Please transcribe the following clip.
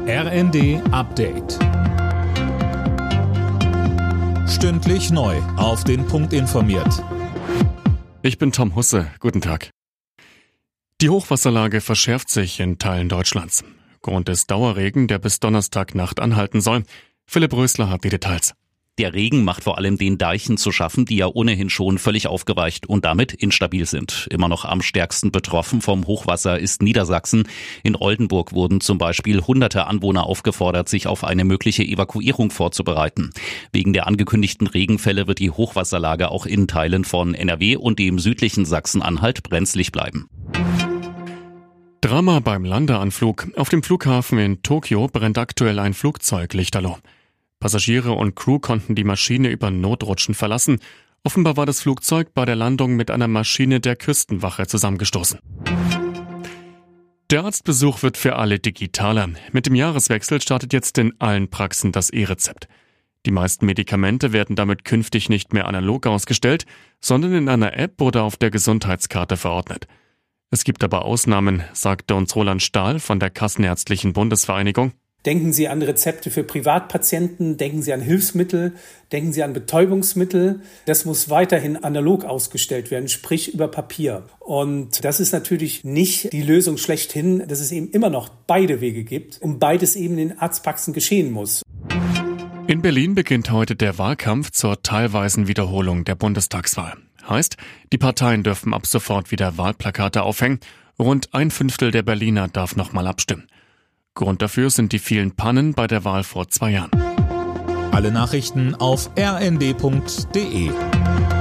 RND Update. Stündlich neu auf den Punkt informiert. Ich bin Tom Husse. Guten Tag. Die Hochwasserlage verschärft sich in Teilen Deutschlands. Grund ist Dauerregen, der bis Donnerstagnacht anhalten soll. Philipp Rösler hat die Details. Der Regen macht vor allem den Deichen zu schaffen, die ja ohnehin schon völlig aufgeweicht und damit instabil sind. Immer noch am stärksten betroffen vom Hochwasser ist Niedersachsen. In Oldenburg wurden zum Beispiel hunderte Anwohner aufgefordert, sich auf eine mögliche Evakuierung vorzubereiten. Wegen der angekündigten Regenfälle wird die Hochwasserlage auch in Teilen von NRW und dem südlichen Sachsen-Anhalt brenzlig bleiben. Drama beim Landeanflug. Auf dem Flughafen in Tokio brennt aktuell ein Flugzeug lichterloh. Passagiere und Crew konnten die Maschine über Notrutschen verlassen. Offenbar war das Flugzeug bei der Landung mit einer Maschine der Küstenwache zusammengestoßen. Der Arztbesuch wird für alle digitaler. Mit dem Jahreswechsel startet jetzt in allen Praxen das E-Rezept. Die meisten Medikamente werden damit künftig nicht mehr analog ausgestellt, sondern in einer App oder auf der Gesundheitskarte verordnet. Es gibt aber Ausnahmen, sagte uns Roland Stahl von der Kassenärztlichen Bundesvereinigung. Denken Sie an Rezepte für Privatpatienten, denken Sie an Hilfsmittel, denken Sie an Betäubungsmittel. Das muss weiterhin analog ausgestellt werden, sprich über Papier. Und das ist natürlich nicht die Lösung schlechthin, dass es eben immer noch beide Wege gibt und beides eben in den Arztpraxen geschehen muss. In Berlin beginnt heute der Wahlkampf zur teilweisen Wiederholung der Bundestagswahl. Heißt, die Parteien dürfen ab sofort wieder Wahlplakate aufhängen. Rund 1/5 der Berliner darf nochmal abstimmen. Grund dafür sind die vielen Pannen bei der Wahl vor 2 Jahren. Alle Nachrichten auf rnd.de.